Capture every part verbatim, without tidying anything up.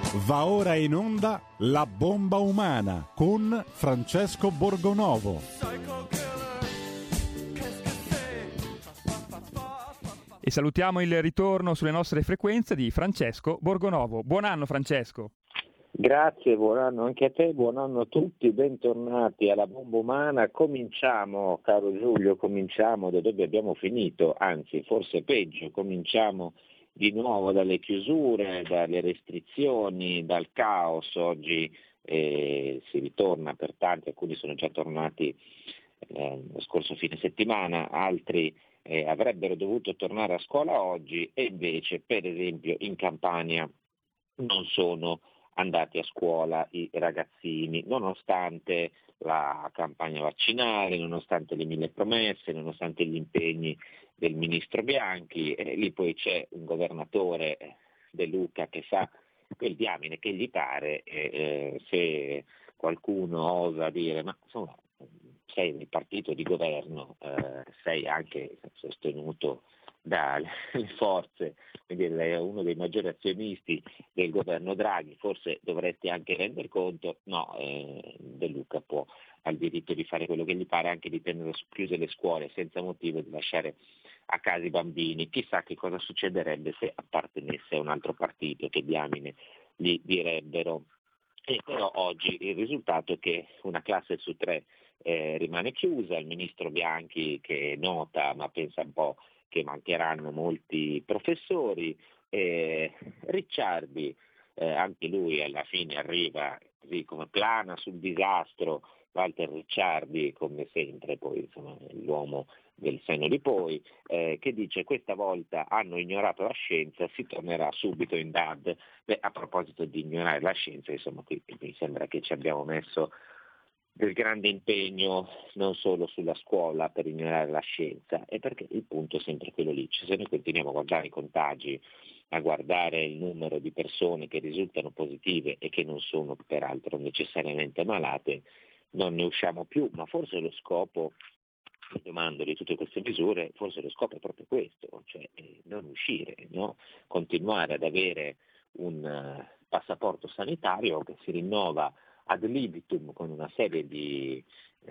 Va ora in onda La bomba umana con Francesco Borgonovo. E salutiamo il ritorno sulle nostre frequenze di Francesco Borgonovo. Buon anno Francesco. Grazie, buon anno anche a te, buon anno a tutti, bentornati alla bomba umana. Cominciamo, caro Giulio, cominciamo da dove abbiamo finito, anzi forse peggio, cominciamo di nuovo dalle chiusure, dalle restrizioni, dal caos. Oggi eh, si ritorna per tanti, alcuni sono già tornati eh, lo scorso fine settimana, altri eh, avrebbero dovuto tornare a scuola oggi e invece per esempio in Campania non sono andati a scuola i ragazzini, nonostante la campagna vaccinale, nonostante le mille promesse, nonostante gli impegni del ministro Bianchi. Eh, lì poi c'è un governatore, De Luca, che fa quel diamine che gli pare, eh, eh, se qualcuno osa dire ma insomma sei nel partito di governo, eh, sei anche sostenuto dalle forze, quindi è uno dei maggiori azionisti del governo Draghi, forse dovresti anche rendere conto, no, eh, De Luca può, ha il diritto di fare quello che gli pare, anche di tenere chiuse le scuole senza motivo, di lasciare a casa i bambini. Chissà che cosa succederebbe se appartenesse a un altro partito, che diamine gli direbbero. E però oggi il risultato è che una classe su tre eh, rimane chiusa, il ministro Bianchi che nota, ma pensa un po' che mancheranno molti professori, eh, Ricciardi, eh, anche lui alla fine arriva così come plana sul disastro, Walter Ricciardi come sempre, poi insomma l'uomo del senno di poi, eh, che dice questa volta hanno ignorato la scienza, si tornerà subito in D A D. Beh, a proposito di ignorare la scienza, insomma qui mi sembra che ci abbiamo messo del grande impegno non solo sulla scuola per ignorare la scienza, e perché il punto è sempre quello lì. Se noi continuiamo a guardare i contagi, a guardare il numero di persone che risultano positive e che non sono peraltro necessariamente malate, non ne usciamo più, ma forse lo scopo, mi domando, di tutte queste misure, forse lo scopo è proprio questo, cioè eh, non uscire, no? Continuare ad avere un uh, passaporto sanitario che si rinnova ad libitum con una serie di eh,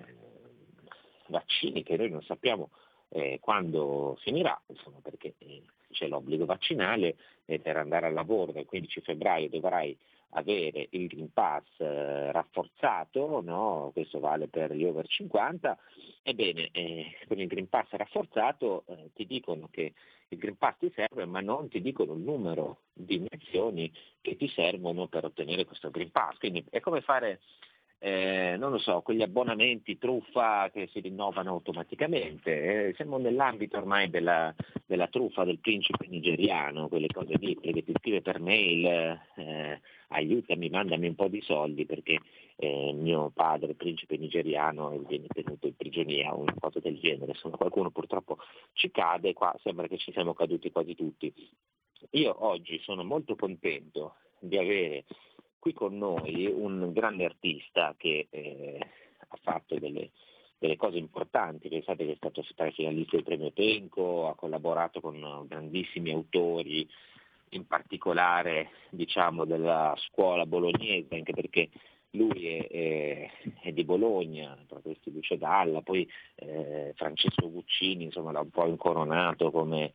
vaccini che noi non sappiamo eh, quando finirà, insomma, perché eh, c'è l'obbligo vaccinale e per andare al lavoro dal quindici febbraio dovrai avere il Green Pass eh, rafforzato, no? Questo vale per gli over cinquanta. Ebbene, eh, con il Green Pass rafforzato eh, ti dicono che il Green Pass ti serve, ma non ti dicono il numero di iniezioni che ti servono per ottenere questo Green Pass. Quindi è come fare, eh, non lo so, quegli abbonamenti truffa che si rinnovano automaticamente. Eh, siamo nell'ambito ormai della, della truffa del principe nigeriano, quelle cose lì, quelle che ti scrive per mail, eh, aiutami, mandami un po' di soldi perché eh, mio padre, principe nigeriano, viene tenuto in prigionia, una cosa del genere. Insomma, qualcuno purtroppo ci cade, qua sembra che ci siamo caduti quasi tutti. Io oggi sono molto contento di avere qui con noi un grande artista che eh, ha fatto delle, delle cose importanti. Pensate che è stato finalista del premio Tenco, ha collaborato con grandissimi autori, in particolare diciamo della scuola bolognese, anche perché lui è, è, è di Bologna, proprio di Lucio Dalla, poi eh, Francesco Guccini insomma l'ha un po' incoronato come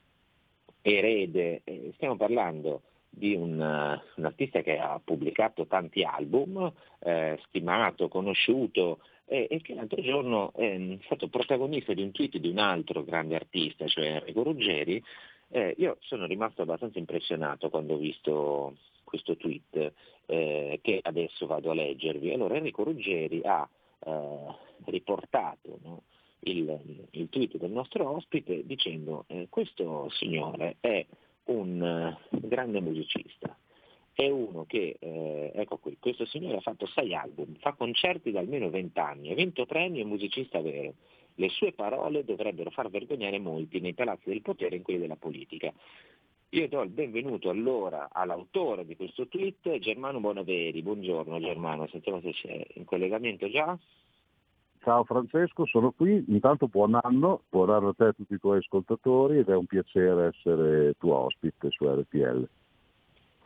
erede. Eh, stiamo parlando di un, uh, un artista che ha pubblicato tanti album, eh, stimato, conosciuto, eh, e che l'altro giorno è stato protagonista di un tweet di un altro grande artista, cioè Enrico Ruggeri. Eh, io sono rimasto abbastanza impressionato quando ho visto questo tweet, eh, che adesso vado a leggervi. Allora Enrico Ruggeri ha eh, riportato, no, il, il tweet del nostro ospite dicendo eh, questo signore è un uh, grande musicista, è uno che, eh, ecco qui, questo signore ha fatto sei album, fa concerti da almeno vent'anni, ha vinto premi, è musicista vero. Le sue parole dovrebbero far vergognare molti nei palazzi del potere e in quelli della politica. Io do il benvenuto allora all'autore di questo tweet, Germano Bonaveri. Buongiorno Germano, sentiamo se c'è in collegamento già. Ciao Francesco, sono qui, intanto buon anno, buon anno a te e a tutti i tuoi ascoltatori ed è un piacere essere tuo ospite su R T L.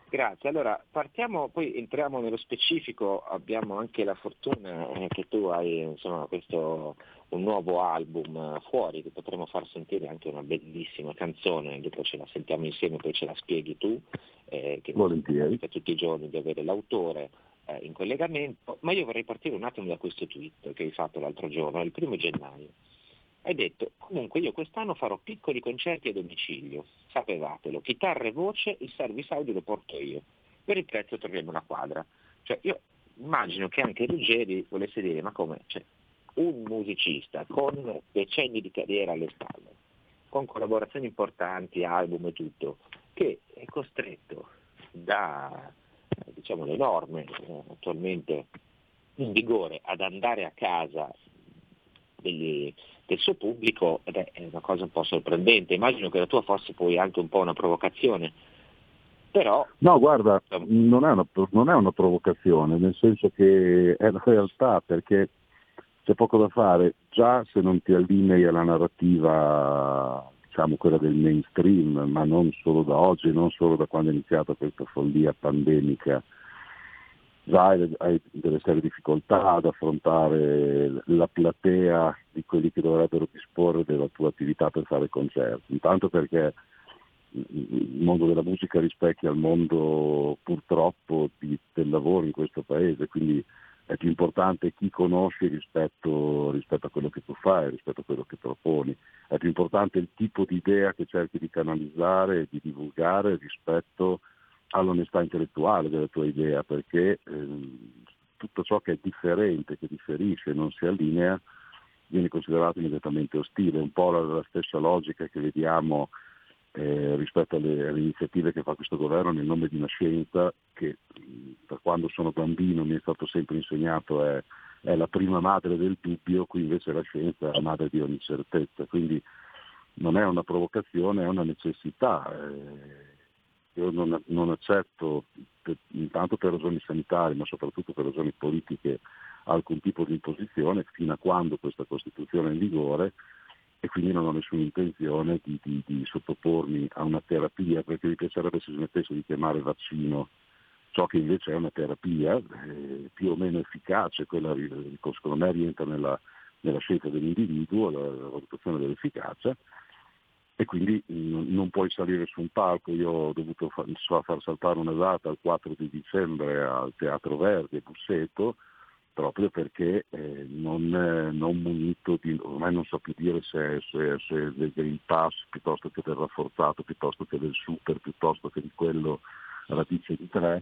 Grazie, allora partiamo, poi entriamo nello specifico, abbiamo anche la fortuna eh, che tu hai insomma questo un nuovo album fuori, che potremo far sentire anche una bellissima canzone, dopo ce la sentiamo insieme, poi ce la spieghi tu, eh, che volentieri tutti i giorni di avere l'autore eh, in collegamento, ma io vorrei partire un attimo da questo tweet che hai fatto l'altro giorno, il primo gennaio. Hai detto, comunque io quest'anno farò piccoli concerti a domicilio, sapevatelo, chitarra e voce, il service audio lo porto io, per il prezzo troviamo una quadra. Cioè io immagino che anche Ruggeri volesse dire, ma come, cioè, un musicista con decenni di carriera alle spalle, con collaborazioni importanti, album e tutto, che è costretto da diciamo, le norme eh, attualmente in vigore ad andare a casa degli, del suo pubblico, ed è una cosa un po' sorprendente. Immagino che la tua fosse poi anche un po' una provocazione, però... No, guarda, non è una, non è una provocazione, nel senso che è la realtà, perché c'è poco da fare, già se non ti allinei alla narrativa, diciamo quella del mainstream, ma non solo da oggi, non solo da quando è iniziata questa follia pandemica, già hai, hai delle serie difficoltà ad affrontare la platea di quelli che dovrebbero disporre della tua attività per fare concerti, intanto perché il mondo della musica rispecchia il mondo purtroppo di, del lavoro in questo paese, quindi è più importante chi conosci rispetto, rispetto a quello che tu fai, rispetto a quello che proponi, è più importante il tipo di idea che cerchi di canalizzare e di divulgare rispetto all'onestà intellettuale della tua idea, perché eh, tutto ciò che è differente, che differisce, non si allinea, viene considerato immediatamente ostile, un po' la, la stessa logica che vediamo eh, rispetto alle, alle iniziative che fa questo governo nel nome di una scienza che da quando sono bambino mi è stato sempre insegnato è, è la prima madre del dubbio, qui invece la scienza è la madre di ogni certezza, quindi non è una provocazione, è una necessità. Eh, io non, non accetto, per, intanto per ragioni sanitarie, ma soprattutto per ragioni politiche, alcun tipo di imposizione fino a quando questa Costituzione è in vigore, e quindi non ho nessuna intenzione di, di, di sottopormi a una terapia, perché mi piacerebbe se smettesse di chiamare vaccino ciò che invece è una terapia eh, più o meno efficace, quella secondo me rientra nella, nella scelta dell'individuo, la, la valutazione dell'efficacia, e quindi non, non puoi salire su un palco. Io ho dovuto far, far saltare una data il quattro di dicembre al Teatro Verdi a Busseto, proprio perché eh, non, eh, non munito di, ormai non so più dire se, se, se del Green Pass piuttosto che del rafforzato, piuttosto che del super, piuttosto che di quello radice di tre,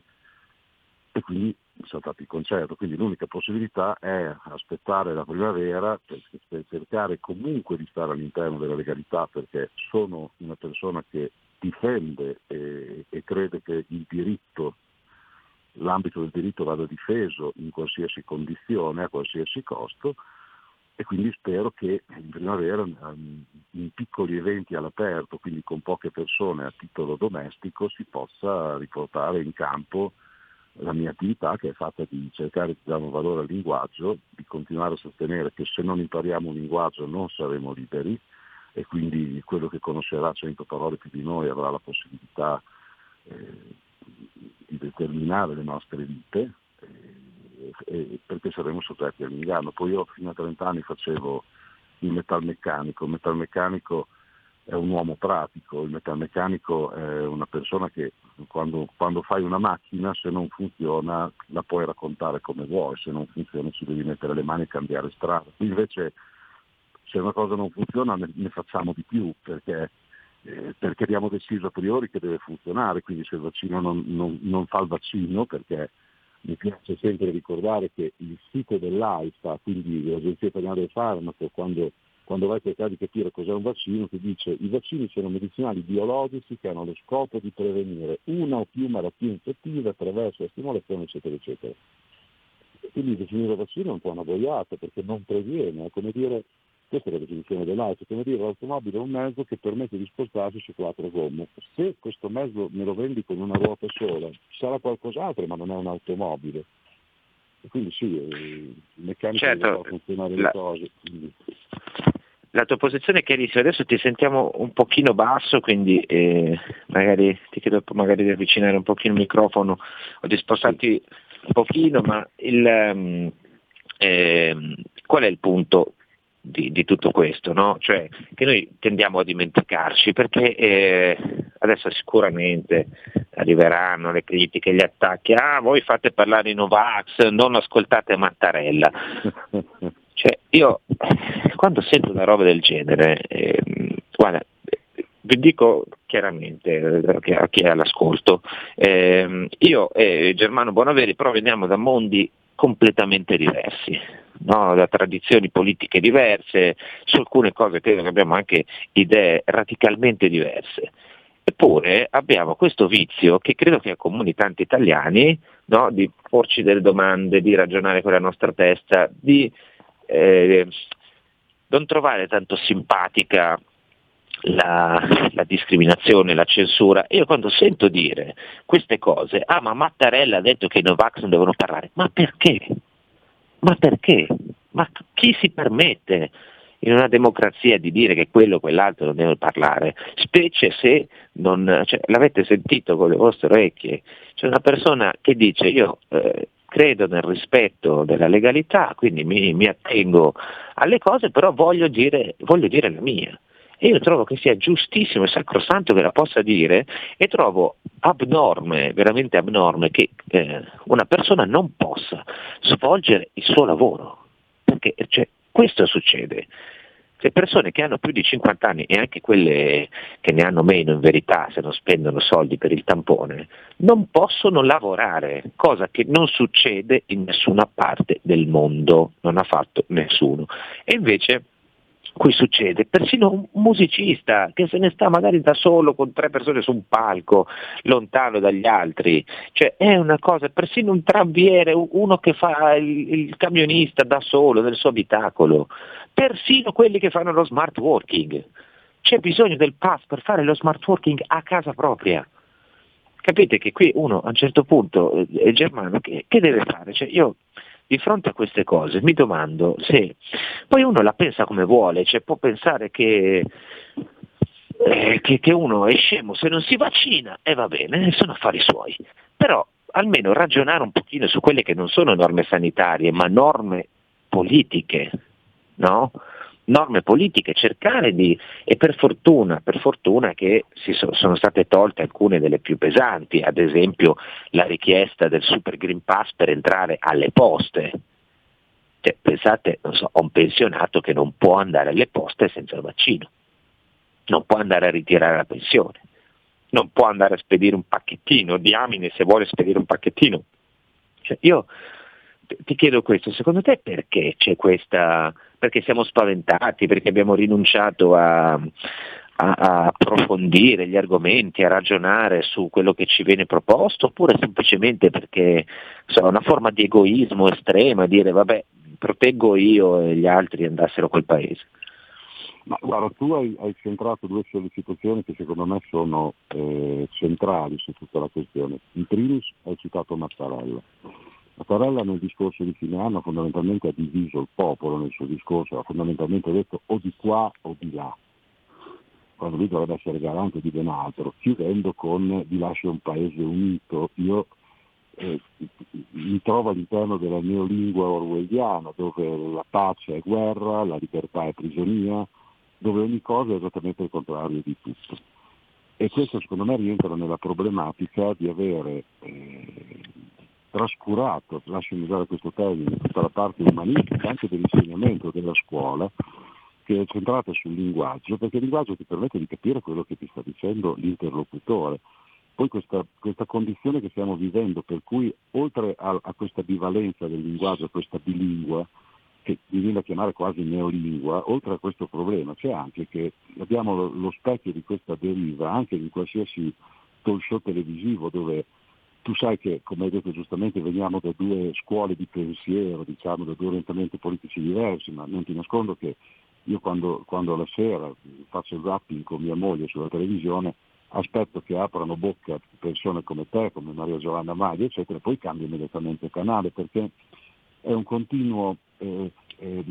e quindi saltati il concerto. Quindi l'unica possibilità è aspettare la primavera per, per cercare comunque di stare all'interno della legalità, perché sono una persona che difende e, e crede che il diritto, l'ambito del diritto vada difeso in qualsiasi condizione, a qualsiasi costo, e quindi spero che in primavera in piccoli eventi all'aperto, quindi con poche persone a titolo domestico, si possa riportare in campo la mia attività, che è fatta di cercare di dare un valore al linguaggio, di continuare a sostenere che se non impariamo un linguaggio non saremo liberi, e quindi quello che conoscerà cento parole più di noi avrà la possibilità eh, di determinare le nostre vite, eh, eh, perché saremo soggetti all'inganno. Poi io fino a trenta anni facevo il metalmeccanico, il metalmeccanico è un uomo pratico, il metalmeccanico è una persona che quando, quando fai una macchina, se non funziona la puoi raccontare come vuoi, se non funziona ci devi mettere le mani e cambiare strada. Invece se una cosa non funziona ne, ne facciamo di più, perché, eh, perché abbiamo deciso a priori che deve funzionare, quindi se il vaccino non, non, non fa il vaccino, perché mi piace sempre ricordare che il sito dell'AIFA, quindi l'Agenzia Italiana del Farmaco, quando quando vai a cercare di capire cos'è un vaccino, ti dice i vaccini sono medicinali biologici che hanno lo scopo di prevenire una o più malattie infettive attraverso la stimolazione, eccetera, eccetera. Quindi definire vaccino è un po' una boiata, perché non previene, è come dire, questa è la definizione dell'auto, è come dire l'automobile è un mezzo che permette di spostarsi su quattro gomme. Se questo mezzo me lo vendi con una ruota sola, sarà qualcos'altro, ma non è un'automobile. E quindi sì, il meccanico certo, deve far funzionare la... le cose. Quindi... la tua posizione è chiarissima, adesso ti sentiamo un pochino basso, quindi eh, magari ti chiedo magari di avvicinare un pochino il microfono o di spostarti un pochino, ma il, um, eh, qual è il punto di, di tutto questo? No? Cioè che noi tendiamo a dimenticarci, perché eh, adesso sicuramente arriveranno le critiche, gli attacchi, ah voi fate parlare i Novax, non ascoltate Mattarella. Cioè io quando sento una roba del genere, eh, guarda, vi dico chiaramente a chi è all'ascolto, eh, io e Germano Bonaveri proveniamo da mondi completamente diversi, no? Da tradizioni politiche diverse, su alcune cose credo che abbiamo anche idee radicalmente diverse. Eppure abbiamo questo vizio che credo che accomuni tanti italiani, no? Di porci delle domande, di ragionare con la nostra testa, di eh, non trovare tanto simpatica la, la discriminazione, la censura. Io quando sento dire queste cose, ah ma Mattarella ha detto che i Novax non devono parlare, ma perché? Ma perché? Ma chi si permette in una democrazia di dire che quello o quell'altro non deve parlare, specie se non, cioè, l'avete sentito con le vostre orecchie, c'è una persona che dice io eh, credo nel rispetto della legalità, quindi mi, mi attengo alle cose, però voglio dire, voglio dire la mia. E io trovo che sia giustissimo e sacrosanto che la possa dire, e trovo abnorme, veramente abnorme, che eh, una persona non possa svolgere il suo lavoro. Perché cioè, questo succede. Cioè, persone che hanno più di cinquanta anni e anche quelle che ne hanno meno in verità, se non spendono soldi per il tampone, non possono lavorare, cosa che non succede in nessuna parte del mondo, non ha fatto nessuno. E invece qui succede, persino un musicista che se ne sta magari da solo con tre persone su un palco, lontano dagli altri, cioè è una cosa, persino un tramviere, uno che fa il, il camionista da solo nel suo abitacolo, persino quelli che fanno lo smart working, c'è bisogno del pass per fare lo smart working a casa propria. Capite che qui uno a un certo punto è Germano, che, che deve fare? Cioè io di fronte a queste cose mi domando se poi uno la pensa come vuole, cioè può pensare che, eh, che, che uno è scemo se non si vaccina e va bene, sono affari suoi, però almeno ragionare un pochino su quelle che non sono norme sanitarie ma norme politiche, no? Norme politiche, cercare di, e per fortuna, per fortuna che si so, sono state tolte alcune delle più pesanti, ad esempio la richiesta del Super Green Pass per entrare alle poste. Cioè, pensate, non so, a un pensionato che non può andare alle poste senza il vaccino, non può andare a ritirare la pensione, non può andare a spedire un pacchettino, diamine se vuole spedire un pacchettino. Cioè, io ti chiedo questo, secondo te perché c'è questa, perché siamo spaventati, perché abbiamo rinunciato a, a, a approfondire gli argomenti, a ragionare su quello che ci viene proposto, oppure semplicemente perché so, una forma di egoismo estrema, dire vabbè proteggo io e gli altri andassero a quel paese? Ma guarda, tu hai, hai centrato due sollecitazioni che secondo me sono eh, centrali su tutta la questione. In primis hai citato Mattarella. Mattarella nel discorso di fine anno fondamentalmente ha diviso il popolo nel suo discorso, ha fondamentalmente detto o di qua o di là, quando lui dovrebbe essere garante di ben altro, chiudendo con vi lascio un paese unito. Io eh, mi trovo all'interno della neolingua orwelliana, dove la pace è guerra, la libertà è prigionia, dove ogni cosa è esattamente il contrario di tutto. E questo secondo me rientra nella problematica di avere eh, trascurato, lasciami usare questo termine, tutta la parte umanistica anche dell'insegnamento della scuola, che è centrata sul linguaggio, perché il linguaggio ti permette di capire quello che ti sta dicendo l'interlocutore. Poi questa, questa condizione che stiamo vivendo, per cui oltre a, a questa bivalenza del linguaggio, a questa bilingua, che mi viene a chiamare quasi neolingua, oltre a questo problema c'è anche che abbiamo lo, lo specchio di questa deriva anche in qualsiasi talk show televisivo, dove tu sai che, come hai detto giustamente, veniamo da due scuole di pensiero, diciamo da due orientamenti politici diversi, ma non ti nascondo che io quando, quando alla sera faccio il zapping con mia moglie sulla televisione aspetto che aprano bocca persone come te, come Maria Giovanna Maglia, eccetera, poi cambio immediatamente canale, perché è un continuo eh, eh,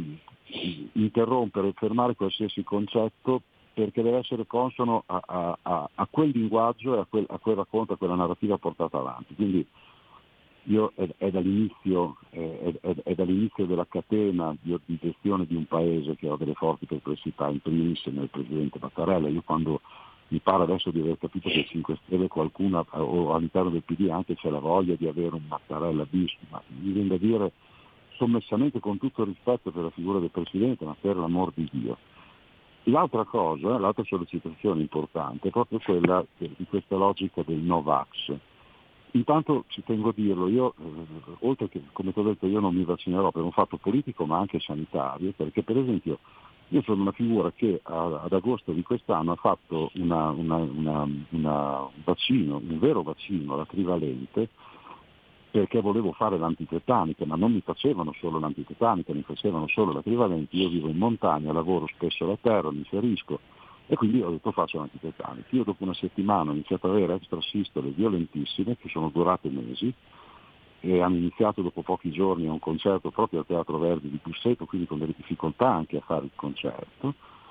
interrompere, fermare qualsiasi concetto, perché deve essere consono a, a, a, a quel linguaggio e a quel, a quel racconto, a quella narrativa portata avanti. Quindi io è, è, dall'inizio, è, è, è dall'inizio della catena di, di gestione di un paese che ho delle forti perplessità, in primis nel Presidente Mattarella. Io quando mi pare adesso di aver capito che cinque Stelle qualcuno, o all'interno del P D anche c'è la voglia di avere un Mattarella bis, ma mi viene da dire sommessamente, con tutto il rispetto per la figura del Presidente, ma per l'amor di Dio. L'altra cosa, l'altra sollecitazione importante è proprio quella di questa logica del no-vax. Intanto ci tengo a dirlo, io eh, oltre che, come ti ho detto, io non mi vaccinerò per un fatto politico ma anche sanitario, perché per esempio io sono una figura che a, ad agosto di quest'anno ha fatto una, una, una, una, un vaccino, un vero vaccino, la trivalente, perché volevo fare l'antitetanica, ma non mi facevano solo l'antitetanica, mi facevano solo la trivalente. Io vivo in montagna, lavoro spesso alla terra, mi ferisco e quindi ho detto faccio l'antitetanica. Io dopo una settimana ho iniziato ad avere extrasistole violentissime che sono durate mesi e hanno iniziato dopo pochi giorni a un concerto proprio al Teatro Verdi di Busseto, quindi con delle difficoltà anche a fare il concerto.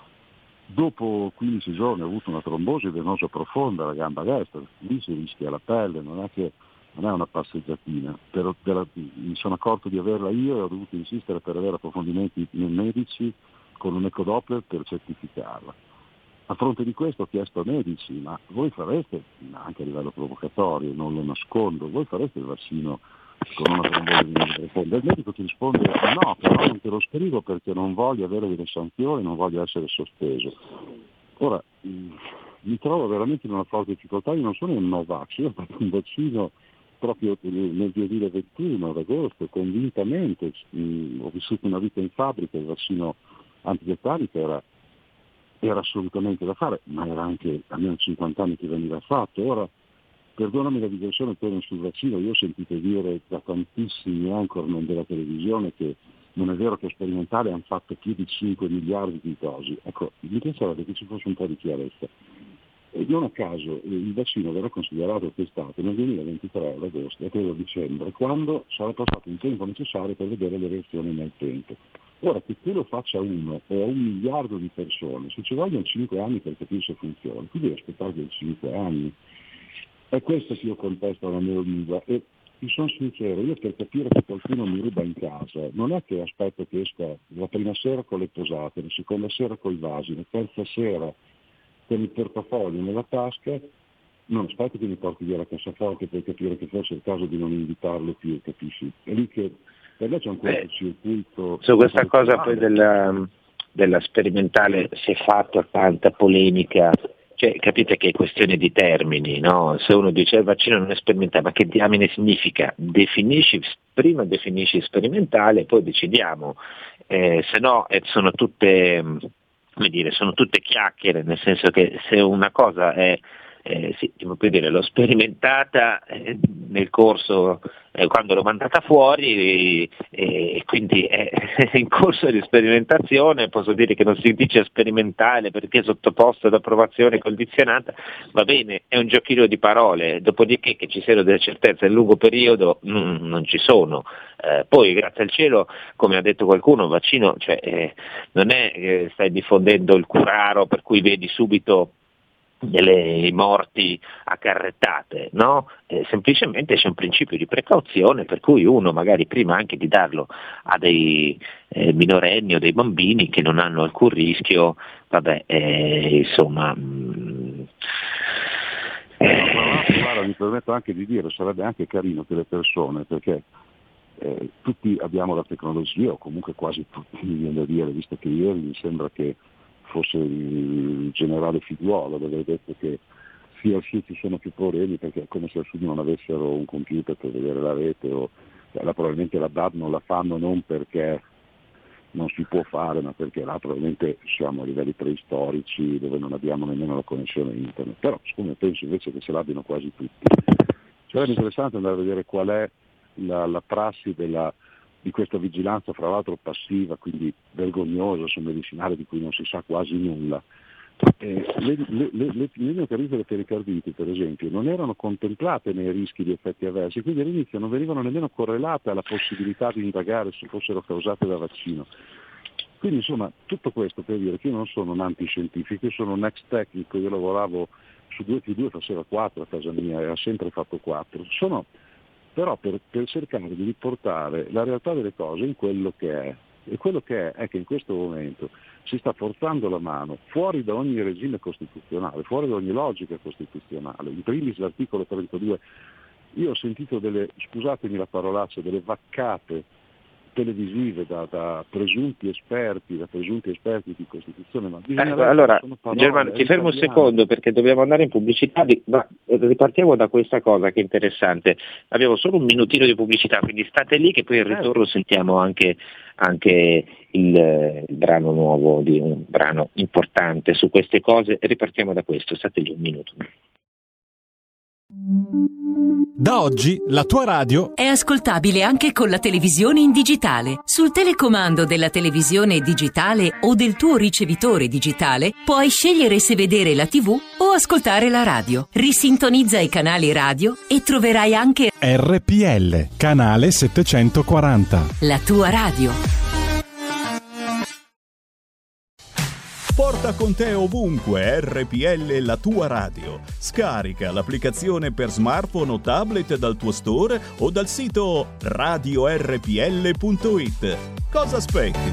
Dopo quindici giorni ho avuto una trombosi venosa profonda alla gamba destra, lì si rischia la pelle, non è che non è una passeggiatina, però della, mi sono accorto di averla io e ho dovuto insistere per avere approfondimenti medici con un ecodoppler per certificarla. A fronte di questo ho chiesto a medici, ma voi fareste, anche a livello provocatorio, non lo nascondo, voi fareste il vaccino con una trombosi venosa profonda? Il medico ti risponde no, però non te lo scrivo perché non voglio avere delle sanzioni, non voglio essere sospeso. Ora, mi trovo veramente in una forte difficoltà, io non sono un Novax, io ho fatto un vaccino proprio nel duemilaventuno, ad agosto, convintamente, mh, ho vissuto una vita in fabbrica, il vaccino antidetanico era, era assolutamente da fare, ma era anche almeno cinquanta anni che veniva fatto. Ora, perdonami la digressione torno sul vaccino, io ho sentito dire da tantissimi anchorman della televisione che non è vero che sperimentale hanno fatto più di cinque miliardi di dosi. Ecco, mi piacerebbe che ci fosse un po' di chiarezza. E non a caso il vaccino verrà considerato testato nel duemilaventitré ad agosto e credo a dicembre, quando sarà passato il tempo necessario per vedere le reazioni nel tempo. Ora, che te lo faccia uno o a un miliardo di persone, se ci vogliono cinque anni per capire se funziona, tu devi aspettare per cinque anni. È questo che io contesto alla neolingua e ti sono sincero, io per capire che qualcuno mi ruba in casa, non è che aspetto che esca la prima sera con le posate, la seconda sera con i vasi, la terza sera con il portafoglio nella tasca, non aspetto che mi porti via la cassaforte per capire che forse è il caso di non invitarlo più, capisci? È lì che per me c'è un Beh, circuito. su questa cosa poi della, della sperimentale si è fatta tanta polemica, cioè capite che è questione di termini, no? Se uno dice il vaccino non è sperimentale, ma che diamine significa? Definisci, prima definisci sperimentale, poi decidiamo, eh, se no eh, sono tutte, come dire, sono tutte chiacchiere, nel senso che se una cosa è Eh, sì, ti puoi dire, l'ho sperimentata eh, nel corso, eh, quando l'ho mandata fuori, e, e quindi è, è in corso di sperimentazione, posso dire che non si dice sperimentale perché è sottoposto ad approvazione condizionata, va bene, è un giochino di parole, dopodiché che ci siano delle certezze nel lungo periodo mm, non ci sono. Eh, poi grazie al cielo, come ha detto qualcuno, il vaccino cioè, eh, non è che stai diffondendo il curaro per cui vedi subito delle morti accarrettate, no? Eh, semplicemente c'è un principio di precauzione per cui uno magari prima anche di darlo a dei eh, minorenni o dei bambini che non hanno alcun rischio, vabbè, eh, insomma... Mh, eh. No, guarda, mi permetto anche di dire, sarebbe anche carino che le persone, perché eh, tutti abbiamo la tecnologia, o comunque quasi tutti, mi viene da dire, visto che ieri mi sembra che fosse il generale Figliuolo, dove ha detto che sia sì ci sono più problemi perché è come se al sud non avessero un computer per vedere la rete o cioè, là, probabilmente la D A D non la fanno non perché non si può fare ma perché là probabilmente siamo a livelli preistorici dove non abbiamo nemmeno la connessione internet, però siccome penso invece che ce l'abbiano quasi tutti sarebbe interessante andare a vedere qual è la, la prassi della di questa vigilanza, fra l'altro passiva, quindi vergognosa sul medicinale di cui non si sa quasi nulla. Eh, le, le, le, le miocardiche pericarditi, per esempio, non erano contemplate nei rischi di effetti avversi, quindi all'inizio non venivano nemmeno correlate alla possibilità di indagare se fossero causate da vaccino. Quindi insomma tutto questo per dire che io non sono un antiscientifico, io sono un ex tecnico, io lavoravo su due più due faceva quattro a casa mia e ha sempre fatto quattro. Sono però per, per cercare di riportare la realtà delle cose in quello che è. E quello che è è che in questo momento si sta forzando la mano fuori da ogni regime costituzionale, fuori da ogni logica costituzionale. In primis l'articolo trentadue, io ho sentito delle, scusatemi la parolaccia, delle vaccate televisive da, da presunti esperti, da presunti esperti di Costituzione, ma ecco, allora Germano, ti fermo un secondo perché dobbiamo andare in pubblicità, di, ma ripartiamo da questa cosa che è interessante. Abbiamo solo un minutino di pubblicità, quindi state lì che poi al ritorno sentiamo anche, anche il, il brano nuovo, di un brano importante su queste cose. Ripartiamo da questo, state lì un minuto. Da oggi la tua radio è ascoltabile anche con la televisione in digitale. Sul telecomando della televisione digitale o del tuo ricevitore digitale puoi scegliere se vedere la tivù o ascoltare la radio. Risintonizza i canali radio e troverai anche R P L, canale settecentoquaranta. La tua radio. Porta con te ovunque R P L, la tua radio. Scarica l'applicazione per smartphone o tablet dal tuo store o dal sito radio erre pi elle punto it. Cosa aspetti?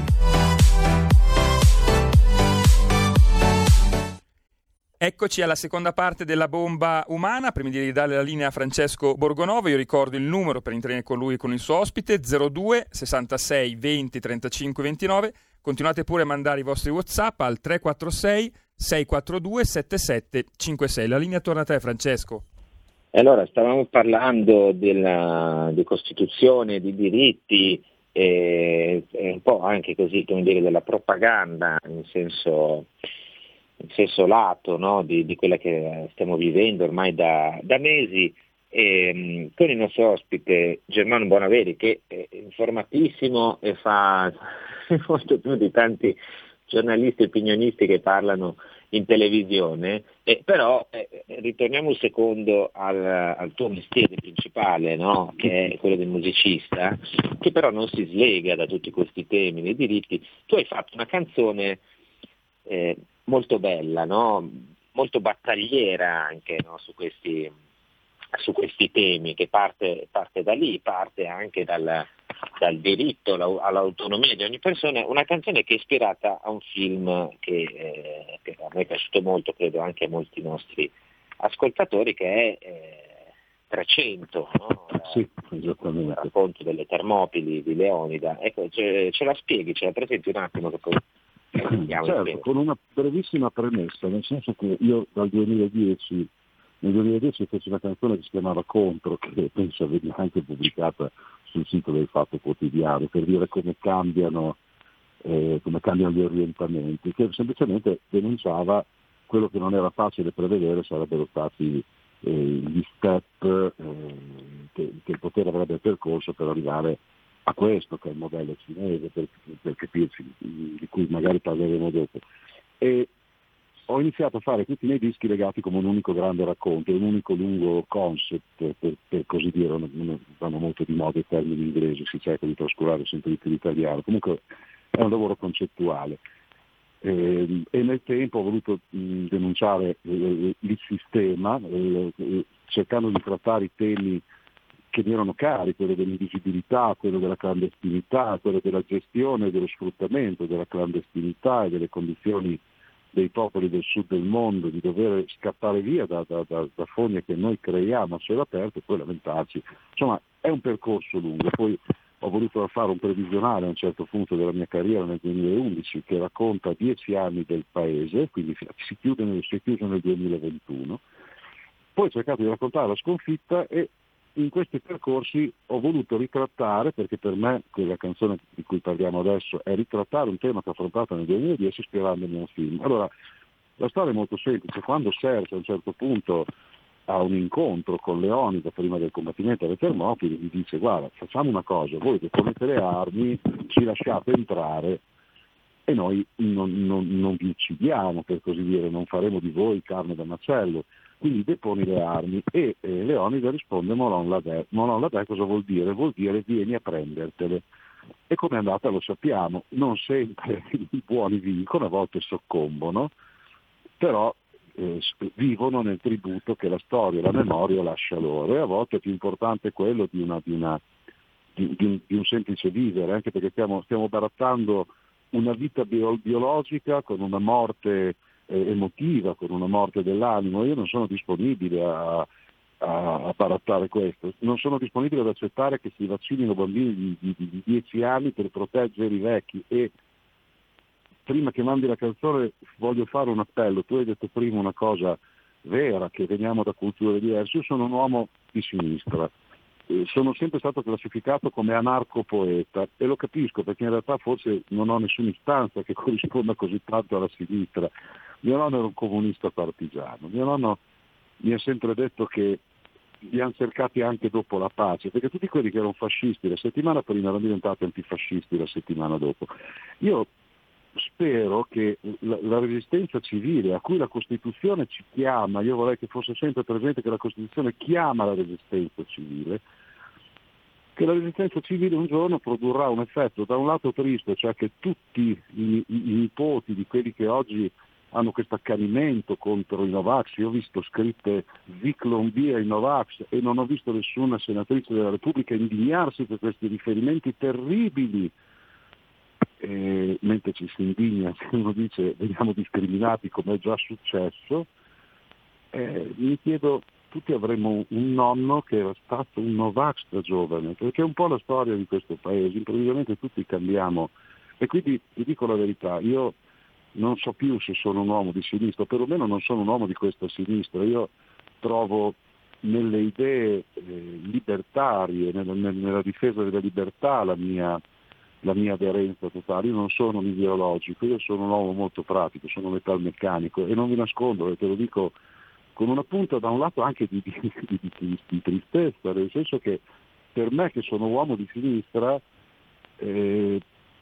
Eccoci alla seconda parte della bomba umana. Prima di ridare la linea a Francesco Borgonovo, io ricordo il numero per intervenire con lui e con il suo ospite: zero due sessantasei venti trentacinque ventinove. Continuate pure a mandare i vostri WhatsApp al tre quattro sei sei quattro due sette sette cinque sei. La linea torna a te, Francesco. Allora, stavamo parlando della, di Costituzione, di diritti e, e un po' anche così, come dire, della propaganda in senso, in senso lato, no? di, di quella che stiamo vivendo ormai da, da mesi. E, con il nostro ospite Germano Bonaveri, che è informatissimo e fa molto più di tanti giornalisti e opinionisti che parlano in televisione, eh, però eh, ritorniamo un secondo al, al tuo mestiere principale, no? Che è quello del musicista, che però non si slega da tutti questi temi dei diritti. Tu hai fatto una canzone eh, molto bella, no? Molto battagliera anche, no? su questi su questi temi, che parte, parte da lì, parte anche dal, dal diritto all'autonomia di ogni persona. Una canzone che è ispirata a un film che, eh, che a me è piaciuto molto, credo anche a molti nostri ascoltatori, che è eh, trecento, no? Sì, esattamente. Il racconto delle Termopili di Leonida. Ecco, ce, ce la spieghi, ce la presenti un attimo che poi certo, con una brevissima premessa, nel senso che io dal duemiladieci Nel duemiladieci fece una canzone che si chiamava Contro, che penso veniva anche pubblicata sul sito del Fatto Quotidiano, per dire come cambiano, eh, come cambiano gli orientamenti, che semplicemente denunciava quello che non era facile prevedere sarebbero stati eh, gli step eh, che, che il potere avrebbe percorso per arrivare a questo, che è il modello cinese, per, per capirci, di cui magari parleremo dopo. E ho iniziato a fare tutti i miei dischi legati come un unico grande racconto, un unico lungo concept, per, per così dire, non, non vanno molto di moda i termini inglesi, si cerca di trascurare sempre di più l'italiano, comunque è un lavoro concettuale. Eh, e nel tempo ho voluto mh, denunciare eh, il sistema, eh, eh, cercando di trattare i temi che mi erano cari, quello dell'invisibilità, quello della clandestinità, quello della gestione e dello sfruttamento della clandestinità e delle condizioni dei popoli del sud del mondo, di dover scappare via da, da, da, da fogne che noi creiamo a cielo aperto e poi lamentarci. Insomma, è un percorso lungo. Poi ho voluto fare un previsionale a un certo punto della mia carriera nel duemilaundici che racconta dieci anni del paese, quindi si, chiude nel, si è chiuso nel duemilaventuno. Poi ho cercato di raccontare la sconfitta e in questi percorsi ho voluto ritrattare, perché per me quella canzone di cui parliamo adesso è ritrattare un tema che ho affrontato nel duemiladieci ispirandomi a un film. Allora, la storia è molto semplice. Quando Sergio a un certo punto ha un incontro con Leonida prima del combattimento alle Termopili, gli dice: guarda, facciamo una cosa, voi deponete le armi, ci lasciate entrare e noi non, non, non vi uccidiamo, per così dire, non faremo di voi carne da macello. Quindi deponi le armi e eh, Leonida risponde: Molon Ladè. Molon Ladè cosa vuol dire? Vuol dire vieni a prendertele. E come è andata lo sappiamo, non sempre i buoni vincono, a volte soccombono, però eh, vivono nel tributo che la storia e la memoria lascia loro, e a volte è più importante quello di, una, di, una, di, di, un, di un semplice vivere, anche perché stiamo, stiamo barattando una vita bio, biologica con una morte eh, emotiva, con una morte dell'animo. Io non sono disponibile a a barattare questo, non sono disponibile ad accettare che si vaccinino bambini di, di, di dieci anni per proteggere i vecchi. E prima che mandi la canzone voglio fare un appello. Tu hai detto prima una cosa vera, che veniamo da culture diverse. Io sono un uomo di sinistra, eh, sono sempre stato classificato come anarco-poeta, e lo capisco, perché in realtà forse non ho nessuna istanza che corrisponda così tanto alla sinistra. Mio nonno era un comunista partigiano, mio nonno mi ha sempre detto che li hanno cercati anche dopo la pace, perché tutti quelli che erano fascisti la settimana prima erano diventati antifascisti la settimana dopo. Io spero che la, la resistenza civile a cui la Costituzione ci chiama, io vorrei che fosse sempre presente che la Costituzione chiama la resistenza civile, che la resistenza civile un giorno produrrà un effetto da un lato triste, cioè che tutti i, i, i nipoti di quelli che oggi hanno questo accanimento contro i Novax. Io ho visto scritte Ziclombia ai Novax e non ho visto nessuna senatrice della Repubblica indignarsi per questi riferimenti terribili, eh, mentre ci si indigna se uno dice veniamo discriminati, come è già successo. Eh, mi chiedo, tutti avremmo un nonno che era stato un Novax da giovane, perché è un po' la storia di questo paese, improvvisamente tutti cambiamo. E quindi ti dico la verità, io non so più se sono un uomo di sinistra, perlomeno non sono un uomo di questa sinistra. Io trovo nelle idee eh, libertarie, nella, nella difesa della libertà la mia, la mia aderenza totale. Io non sono un ideologico, io sono un uomo molto pratico, sono metalmeccanico, e non vi nascondo, e te lo dico con una punta da un lato anche di, di, di, di, di tristezza, nel senso che per me, che sono uomo di sinistra, eh,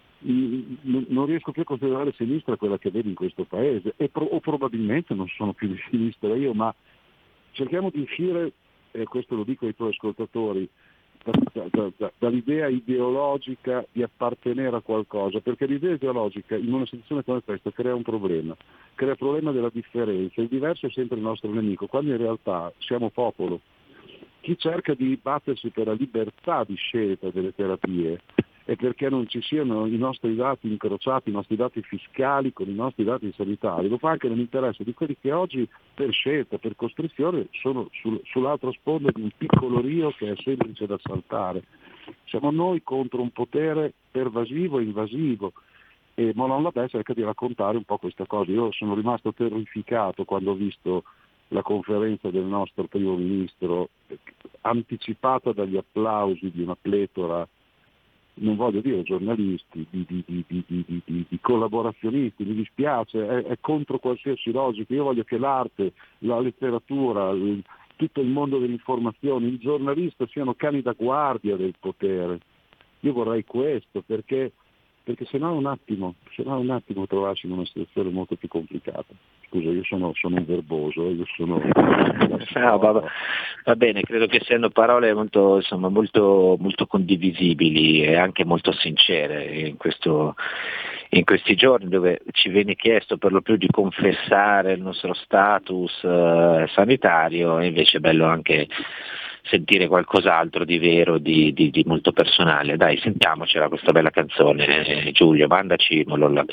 non riesco più a considerare sinistra quella che vedo in questo paese, e pro, o probabilmente non sono più di sinistra io, ma cerchiamo di uscire, e questo lo dico ai tuoi ascoltatori, da, da, da, dall'idea ideologica di appartenere a qualcosa, perché l'idea ideologica in una situazione come questa crea un problema, crea il problema della differenza. Il diverso è sempre il nostro nemico, quando in realtà siamo popolo. Chi cerca di battersi per la libertà di scelta delle terapie e perché non ci siano i nostri dati incrociati, i nostri dati fiscali con i nostri dati sanitari, lo fa anche nell'interesse di quelli che oggi per scelta, per costrizione, sono sul, sull'altra sponda di un piccolo rio che è semplice da saltare. Siamo noi contro un potere pervasivo e invasivo, e Moulin Labè cerca di raccontare un po' questa cosa. Io sono rimasto terrificato quando ho visto la conferenza del nostro primo ministro, anticipata dagli applausi di una pletora, non voglio dire giornalisti, di, di, di, di, di, di, di collaborazionisti. Mi dispiace, è, è contro qualsiasi logica. Io voglio che l'arte, la letteratura, il, tutto il mondo dell'informazione, il giornalista siano cani da guardia del potere. Io vorrei questo, perché, perché se no un attimo, se no un attimo trovarsi in una situazione molto più complicata. Scusa, io sono, sono un verboso, io sono... No, va, va bene, credo che siano parole molto, insomma, molto, molto condivisibili e anche molto sincere in, questo, in questi giorni, dove ci viene chiesto per lo più di confessare il nostro status eh, sanitario, e invece è bello anche sentire qualcos'altro di vero, di, di, di molto personale. Dai, sentiamocela questa bella canzone, eh, Giulio, mandaci Moulin Labè.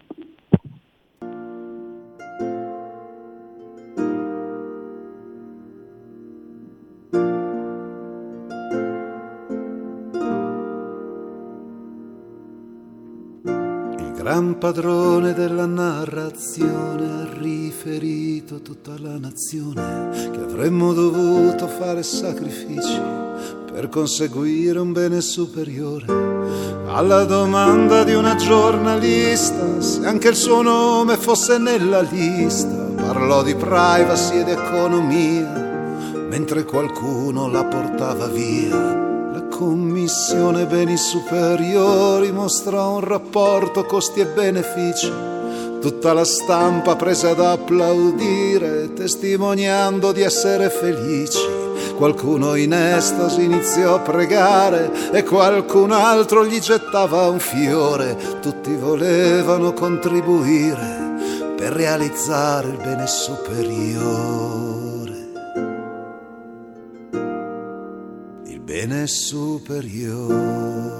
Gran padrone della narrazione ha riferito tutta la nazione che avremmo dovuto fare sacrifici per conseguire un bene superiore. Alla domanda di una giornalista se anche il suo nome fosse nella lista, parlò di privacy ed economia mentre qualcuno la portava via. Commissione Beni Superiori mostrò un rapporto costi e benefici, tutta la stampa prese ad applaudire testimoniando di essere felici. qualcuno in estasi iniziò a pregare e qualcun altro gli gettava un fiore. Tutti volevano contribuire per realizzare il bene superiore. Il bene superiore.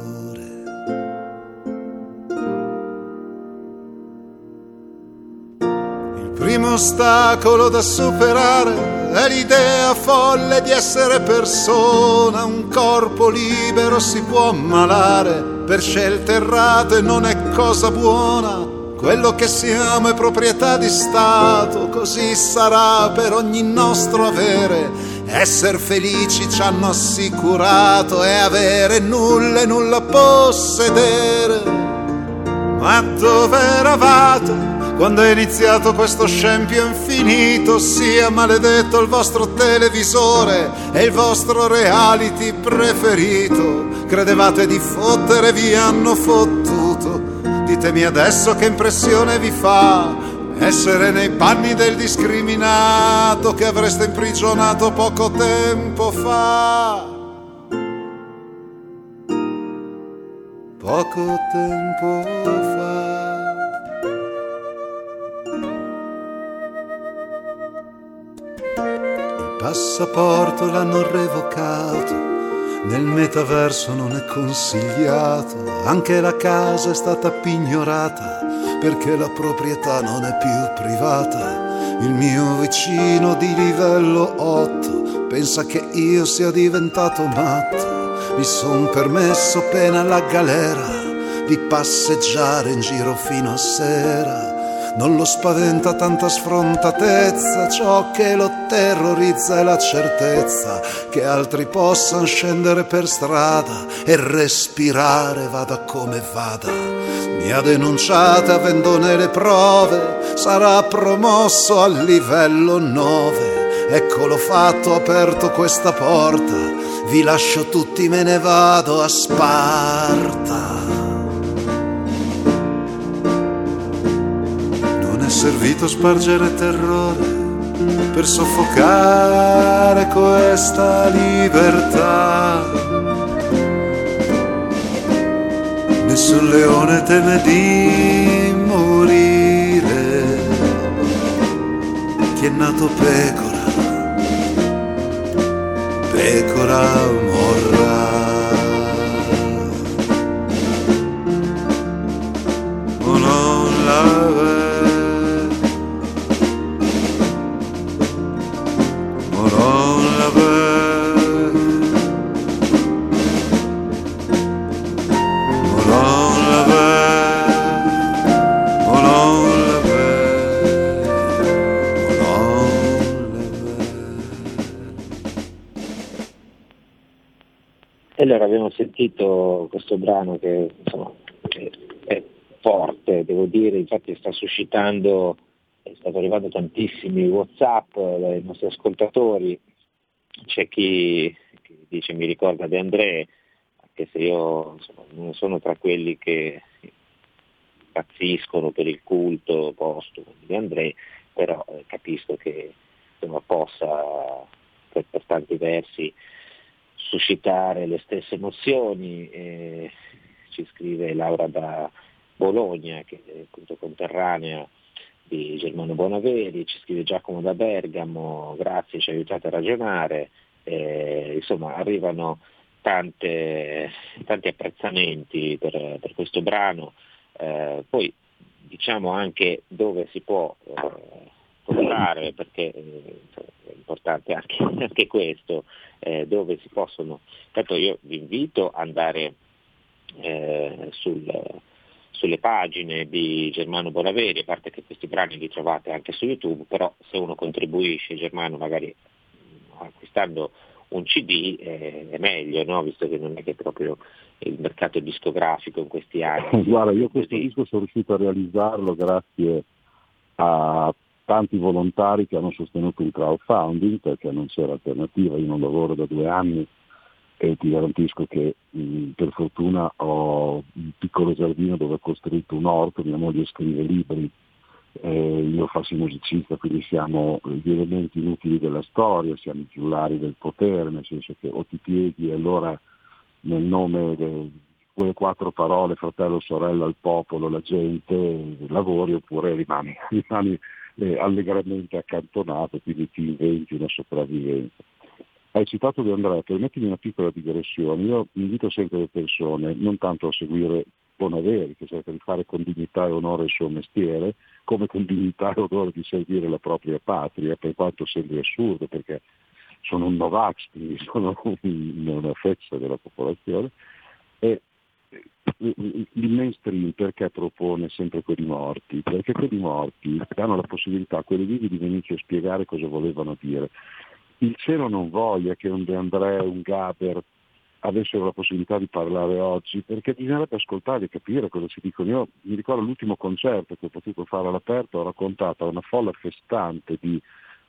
Il primo ostacolo da superare è l'idea folle di essere persona. Un corpo libero si può ammalare per scelte errate, non è cosa buona. Quello che siamo è proprietà di Stato, così sarà per ogni nostro avere. Esser felici ci hanno assicurato e avere nulla e nulla possedere. Ma dove eravate quando è iniziato questo scempio infinito? Sia maledetto il vostro televisore e il vostro reality preferito. Credevate di fottere, vi hanno fottuto. Ditemi adesso che impressione vi fa essere nei panni del discriminato che avreste imprigionato poco tempo fa. Poco tempo fa. Il passaporto l'hanno revocato, nel metaverso non è consigliato, anche la casa è stata pignorata perché la proprietà non è più privata. Il mio vicino di livello otto pensa che io sia diventato matto. Mi son permesso pena la galera di passeggiare in giro fino a sera. Non lo spaventa tanta sfrontatezza, ciò che lo terrorizza è la certezza che altri possano scendere per strada e respirare vada come vada. Mi ha denunciato avendone le prove, sarà promosso al livello nove. Eccolo fatto, ho aperto questa porta, vi lascio tutti, me ne vado a Sparta. È servito spargere terrore per soffocare questa libertà. Nessun leone teme di morire. Chi è nato pecora, pecora morrà. Oh, non la Allora, abbiamo sentito questo brano che insomma è, è forte, devo dire, infatti sta suscitando, è stato arrivando tantissimi WhatsApp dai nostri ascoltatori. C'è chi, chi dice mi ricorda De André, anche se io insomma, non sono tra quelli che impazziscono per il culto postumo di De André, però eh, capisco che insomma, possa per, per tanti versi suscitare le stesse emozioni. Eh, ci scrive Laura da Bologna, che è appunto conterranea di Germano Bonaveri, ci scrive Giacomo da Bergamo, grazie, ci aiutate a ragionare. Eh, insomma arrivano tante, tanti apprezzamenti per, per questo brano. Eh, poi diciamo anche dove si può eh, comprare, perché eh, è importante anche, anche questo, eh, dove si possono. Tanto io vi invito ad andare eh, sul, sulle pagine di Germano Bonaveri, a parte che questi brani li trovate anche su YouTube, però se uno contribuisce, Germano, magari acquistando un C D eh, è meglio, no? Visto che non è che proprio il mercato discografico in questi anni. Guarda, io questo così. disco sono riuscito a realizzarlo grazie a tanti volontari che hanno sostenuto un crowdfunding, perché non c'era alternativa. Io non lavoro da due anni e ti garantisco che mh, per fortuna ho un piccolo giardino dove ho costruito un orto, mia moglie scrive libri eh, io faccio il musicista, quindi siamo gli elementi inutili della storia, siamo i giullari del potere, nel senso che o ti pieghi e allora nel nome di quelle quattro parole, fratello, sorella, il popolo, la gente, lavori, oppure rimani, rimani eh, allegramente accantonato, quindi ti inventi una sopravvivenza. Hai citato De André, permettimi una piccola digressione. Io invito sempre le persone non tanto a seguire Bonaveri, che cerca di fare con dignità e onore il suo mestiere, come con dignità e onore di servire la propria patria, per quanto sembri assurdo, perché sono un Novax, quindi sono una fetta della popolazione, e il mainstream perché propone sempre quelli morti? Perché quelli morti danno la possibilità a quelli vivi di venirci a spiegare cosa volevano dire. Il cielo non voglia che un De André, un Gaber avessero la possibilità di parlare oggi, perché bisognerebbe ascoltare e capire cosa si dicono. Io mi ricordo l'ultimo concerto che ho potuto fare all'aperto, ho raccontato a una folla festante di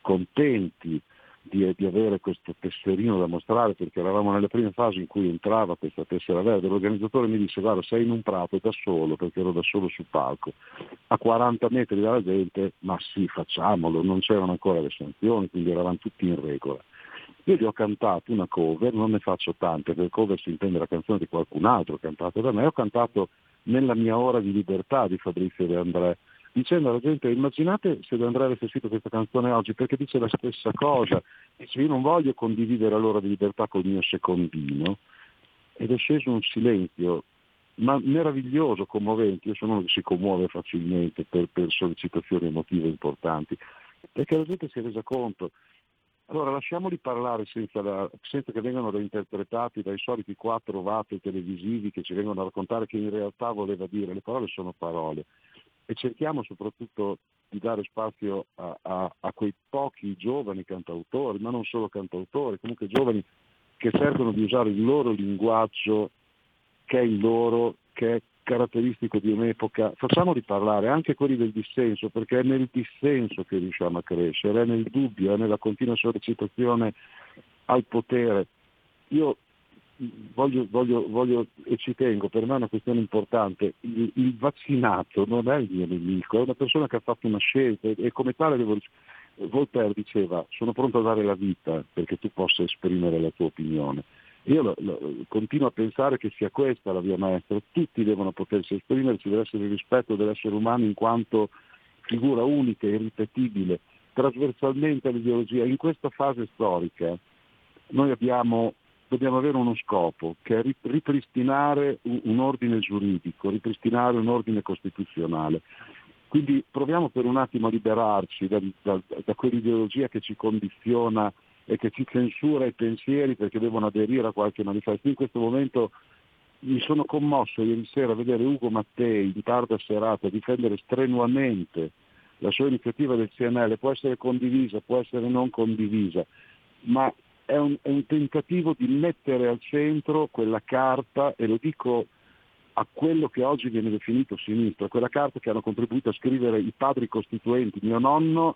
contenti di, di avere questo tesserino da mostrare, perché eravamo nelle prime fasi in cui entrava questa tessera verde. L'organizzatore mi disse: guarda, sei in un prato da solo, perché ero da solo sul palco, a quaranta metri dalla gente, ma sì, facciamolo, non c'erano ancora le sanzioni, quindi eravamo tutti in regola. Io gli ho cantato una cover, non ne faccio tante, per cover si intende la canzone di qualcun altro cantata da me, ho cantato Nella mia ora di libertà di Fabrizio De André, dicendo alla gente: immaginate se De André avesse scritto questa canzone oggi, perché dice la stessa cosa, dice: io non voglio condividere l'ora di libertà col mio secondino, ed è sceso un silenzio ma meraviglioso, commovente. Io sono uno che si commuove facilmente per, per sollecitazioni emotive importanti, perché la gente si è resa conto. Allora lasciamoli parlare senza, la, senza che vengano reinterpretati dai soliti quattro vate televisivi che ci vengono a raccontare che in realtà voleva dire. Le parole sono parole, e cerchiamo soprattutto di dare spazio a, a, a quei pochi giovani cantautori, ma non solo cantautori, comunque giovani che cercano di usare il loro linguaggio, che è il loro, che è caratteristico di un'epoca. Facciamoli parlare anche quelli del dissenso, perché è nel dissenso che riusciamo a crescere, è nel dubbio, è nella continua sollecitazione al potere. Io voglio, voglio, voglio e ci tengo, per me è una questione importante: il, il vaccinato non è il mio nemico, è una persona che ha fatto una scelta, e come tale devo. Voltaire diceva: sono pronto a dare la vita perché tu possa esprimere la tua opinione. Io lo, lo, continuo a pensare che sia questa la via maestra. Tutti devono potersi esprimere, ci deve essere il rispetto dell'essere umano in quanto figura unica, irripetibile, trasversalmente all'ideologia. In questa fase storica noi abbiamo, dobbiamo avere uno scopo, che è ripristinare un, un ordine giuridico, ripristinare un ordine costituzionale. Quindi proviamo per un attimo a liberarci da, da, da quell'ideologia che ci condiziona e che ci censura i pensieri perché devono aderire a qualche manifesto. In questo momento mi sono commosso ieri sera a vedere Ugo Mattei in tarda serata difendere strenuamente la sua iniziativa del C N L. Può essere condivisa, può essere non condivisa, ma è un, è un tentativo di mettere al centro quella carta, e lo dico a quello che oggi viene definito sinistra, quella carta che hanno contribuito a scrivere i padri costituenti. Mio nonno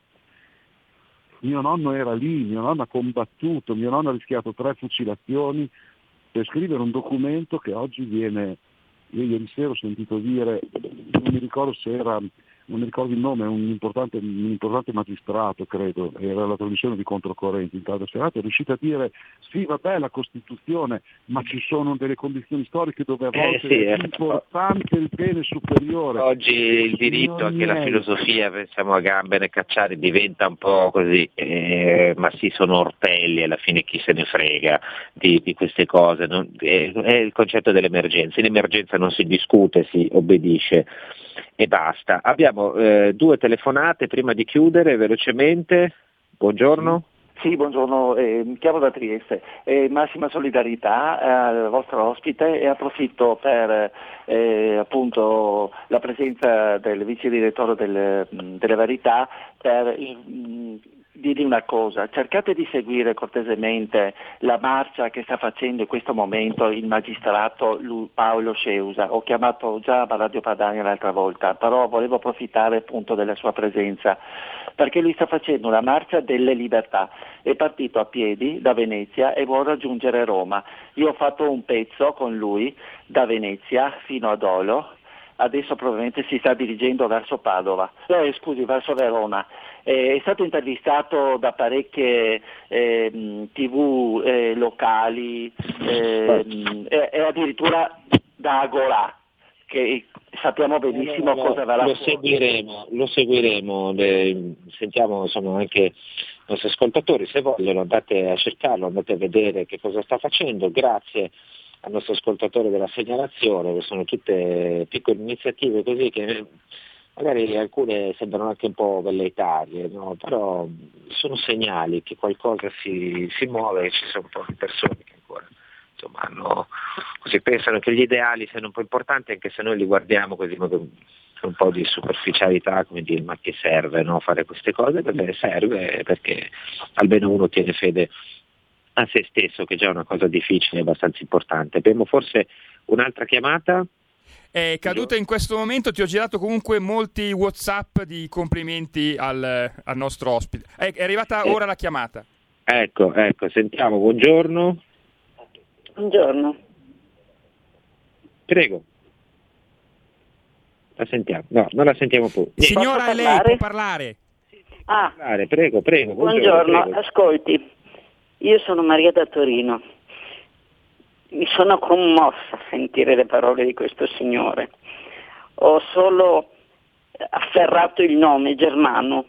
Mio nonno era lì, mio nonno ha combattuto, mio nonno ha rischiato tre fucilazioni per scrivere un documento che oggi viene, io ieri sera ho sentito dire, non mi ricordo se era, non mi ricordo il nome, un importante, un importante magistrato, credo, era la trasmissione di Controcorrenti in tarda serata, è riuscito a dire: sì, vabbè, la Costituzione, ma ci sono delle condizioni storiche dove a volte eh sì, è importante il bene superiore. Oggi il diritto, anche la filosofia, pensiamo a Gambero e Cacciari, diventa un po' così, eh, ma sì, sono orpelli, alla fine chi se ne frega di, di queste cose. Non, è, è il concetto dell'emergenza. In emergenza non si discute, si obbedisce e basta. Abbiamo eh, due telefonate prima di chiudere velocemente. Buongiorno. Sì, buongiorno, eh, mi chiamo da Trieste. Eh, massima solidarietà al vostro ospite, e approfitto per eh, appunto la presenza del vice direttore del, delle Verità per mh, dirgli una cosa: cercate di seguire cortesemente la marcia che sta facendo in questo momento il magistrato Paolo Sceusa. Ho chiamato già a Radio Padania l'altra volta, però volevo approfittare appunto della sua presenza, perché lui sta facendo una marcia delle libertà. È partito a piedi da Venezia e vuole raggiungere Roma. Io ho fatto un pezzo con lui da Venezia fino a Dolo, adesso probabilmente si sta dirigendo verso Padova, eh, scusi, verso Verona. Eh, è stato intervistato da parecchie eh, tivù eh, locali eh, e, e addirittura da Agorà, che sappiamo benissimo no, no, cosa verrà lo fuori. seguiremo, lo seguiremo, le, sentiamo insomma anche i nostri ascoltatori, se vogliono andate a cercarlo, andate a vedere che cosa sta facendo. Grazie al nostro ascoltatore della segnalazione, che sono tutte piccole iniziative così che magari alcune sembrano anche un po' velleitarie, no? Però sono segnali che qualcosa si, si muove e ci sono un po' di persone che ancora insomma hanno, così pensano che gli ideali siano un po' importanti, anche se noi li guardiamo così con un po' di superficialità, come dire, ma che serve, no? Fare queste cose? Perché serve, perché almeno uno tiene fede a se stesso, che già è una cosa difficile e abbastanza importante. Abbiamo forse un'altra chiamata? È caduta in questo momento, ti ho girato comunque molti WhatsApp di complimenti al, al nostro ospite. È, è arrivata Eh. ora la chiamata. Ecco, ecco, sentiamo, buongiorno. Buongiorno. Prego. La sentiamo? No, non la sentiamo più. Signora, è lei, parlare? può parlare. Ah, Parlare, prego, prego. buongiorno, prego. ascolti, io sono Maria da Torino. Mi sono commossa a sentire le parole di questo signore. Ho solo afferrato il nome, Germano.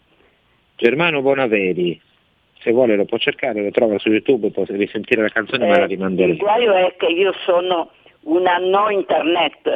Germano Bonaveri, se vuole lo può cercare, lo trova su YouTube, può risentire la canzone, ma la Eh, rimanderei. il guaio è che io sono una no internet.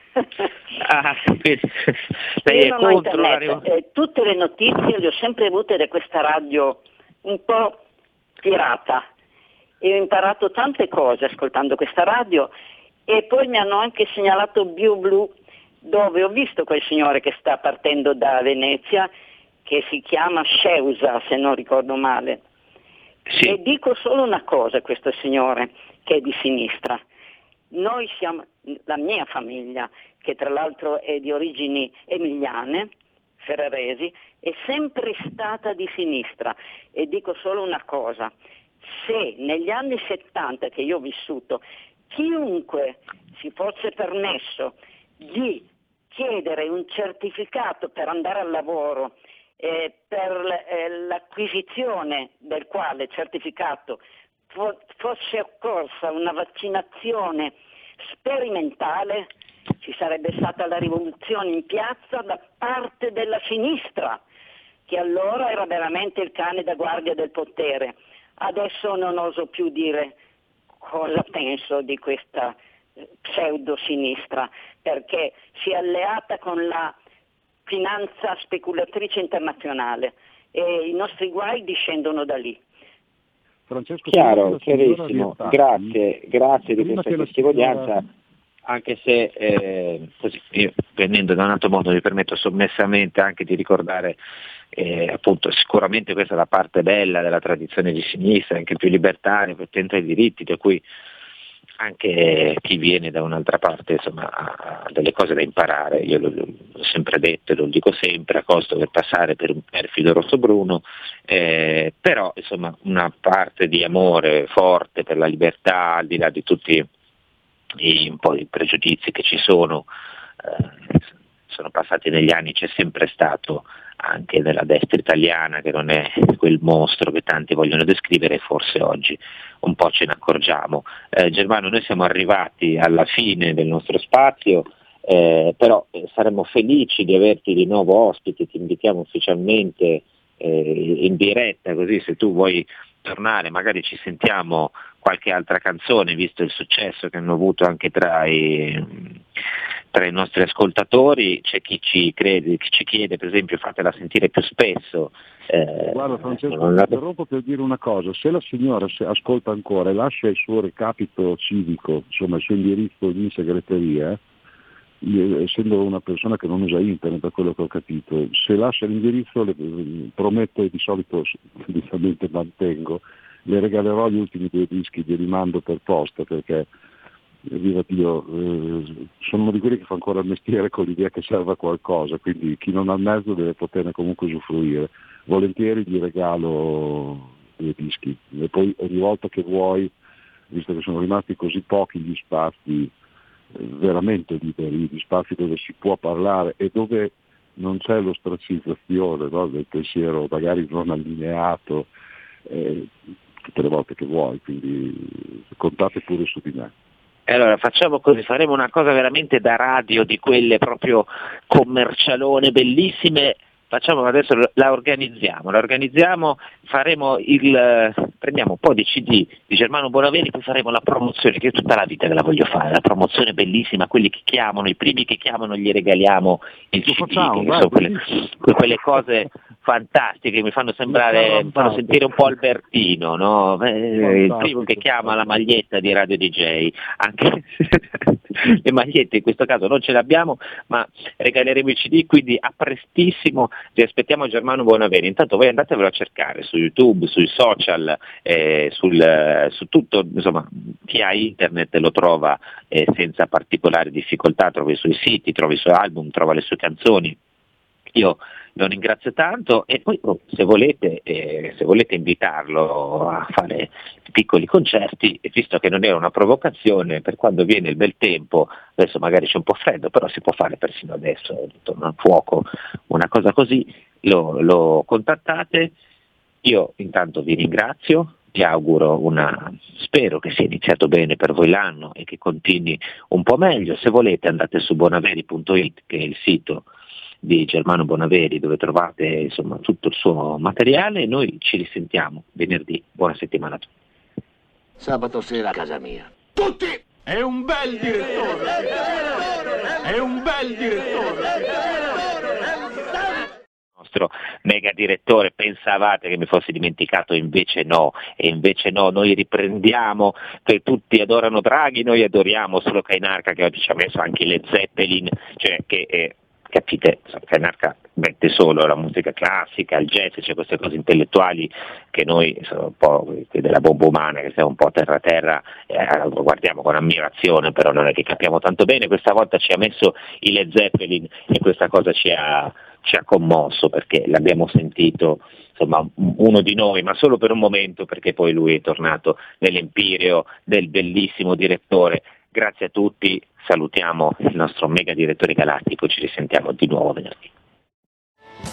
Ah, quindi lei è Io non ho contro la internet. rivo- Eh, tutte le notizie le ho sempre avute da questa radio un po' pirata e ho imparato tante cose ascoltando questa radio, e poi mi hanno anche segnalato BioBlu, dove ho visto quel signore che sta partendo da Venezia, che si chiama Sceusa, se non ricordo male. Sì. E dico solo una cosa a questo signore, che è di sinistra. Noi siamo, la mia famiglia, che tra l'altro è di origini emiliane, ferraresi, è sempre stata di sinistra, e dico solo una cosa: se negli anni settanta che io ho vissuto chiunque si fosse permesso di chiedere un certificato per andare al lavoro, eh, per l- eh, l'acquisizione del quale certificato fo- fosse occorsa una vaccinazione sperimentale, ci sarebbe stata la rivoluzione in piazza da parte della sinistra, che allora era veramente il cane da guardia del potere. Adesso non oso più dire cosa penso di questa eh, pseudo-sinistra, perché si è alleata con la finanza speculatrice internazionale e i nostri guai discendono da lì. Francesco, Chiaro, prima che la signora chiarissimo, riattacchi, grazie, grazie di prima questa che la testimonianza, signora- anche se eh, così, io venendo da un altro mondo mi permetto sommessamente anche di ricordare eh, appunto sicuramente questa è la parte bella della tradizione di sinistra, anche più libertaria, più attenta ai diritti, da cui anche chi viene da un'altra parte insomma ha, ha delle cose da imparare. Io l'ho, l'ho sempre detto e lo dico sempre, a costo per passare per un perfido rossobruno, eh, però insomma una parte di amore forte per la libertà, al di là di tutti i, un po' i pregiudizi che ci sono, eh, sono passati negli anni, c'è sempre stato anche nella destra italiana, che non è quel mostro che tanti vogliono descrivere, forse oggi un po' ce ne accorgiamo. Eh, Germano, noi siamo arrivati alla fine del nostro spazio, eh, però eh, saremmo felici di averti di nuovo ospite, ti invitiamo ufficialmente eh, in diretta, così se tu vuoi tornare magari ci sentiamo qualche altra canzone, visto il successo che hanno avuto anche tra i, tra i nostri ascoltatori. C'è chi ci crede, chi ci chiede per esempio fatela sentire più spesso. Eh, Guarda Francesco, non ti la- interrompo per dire una cosa: se la signora se ascolta ancora e lascia il suo recapito civico, insomma il suo indirizzo in segreteria, io, essendo una persona che non usa internet, da quello che ho capito, se lascia l'indirizzo le, prometto, e di solito solitamente mantengo, le regalerò gli ultimi due dischi, li rimando per posta, perché viva Dio, eh, sono uno di quelli che fa ancora il mestiere con l'idea che serva a qualcosa, quindi chi non ha il mezzo deve poterne comunque usufruire. Volentieri gli regalo due dischi e poi ogni volta che vuoi, visto che sono rimasti così pochi gli spazi veramente liberi, di spazi dove si può parlare e dove non c'è l'ostracizzazione, no, del pensiero magari non allineato eh, tutte le volte che vuoi, quindi contate pure su di me. Allora facciamo così, faremo una cosa veramente da radio, di quelle proprio commercialone bellissime. Facciamo adesso, la organizziamo, la organizziamo, faremo il, prendiamo un po' di C D di Germano Bonaveri, poi faremo la promozione, che io tutta la vita che la voglio fare, la promozione bellissima, quelli che chiamano, i primi che chiamano gli regaliamo il C D, facciamo, che vai, sono quelle, quelle cose fantastiche, mi fanno sembrare, mi fanno sentire un po' Albertino, no? Eh, il primo che chiama la maglietta di Radio D J, anche le magliette in questo caso non ce le abbiamo, ma regaleremo i C D, quindi a prestissimo vi aspettiamo Germano Bonaveri. Intanto voi andatevelo a cercare su YouTube, sui social, eh, sul, su tutto, insomma chi ha internet lo trova eh, senza particolari difficoltà, trova i suoi siti, trova i suoi album, trova le sue canzoni. Io lo ringrazio tanto e poi oh, se volete eh, se volete invitarlo a fare piccoli concerti, visto che non era una provocazione, per quando viene il bel tempo, adesso magari c'è un po' freddo, però si può fare persino adesso, intorno al fuoco, una cosa così, lo, lo contattate. Io intanto vi ringrazio, vi auguro una, spero che sia iniziato bene per voi l'anno e che continui un po' meglio. Se volete andate su bonaveri punto it, che è il sito di Germano Bonaveri, dove trovate insomma tutto il suo materiale, e noi ci risentiamo venerdì. Buona settimana a tutti. Sabato sera a casa mia. Tutti! È un bel direttore! È un bel direttore! Nostro mega direttore, pensavate che mi fossi dimenticato, invece no, e invece no, noi riprendiamo, che tutti adorano Draghi, noi adoriamo solo Cainarca, che oggi ci ha messo anche le Zeppelin, cioè che eh, capite, Cainarca mette solo la musica classica, il jazz, cioè queste cose intellettuali che noi sono un po' della bomba umana, che siamo un po' terra terra, eh, guardiamo con ammirazione, però non è che capiamo tanto bene. Questa volta ci ha messo i Led Zeppelin e questa cosa ci ha, ci ha commosso, perché l'abbiamo sentito insomma uno di noi, ma solo per un momento, perché poi lui è tornato nell'empireo del bellissimo direttore. Grazie a tutti, salutiamo il nostro mega direttore galattico, ci risentiamo di nuovo venerdì.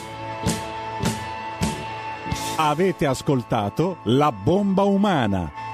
Avete ascoltato La Bomba Umana,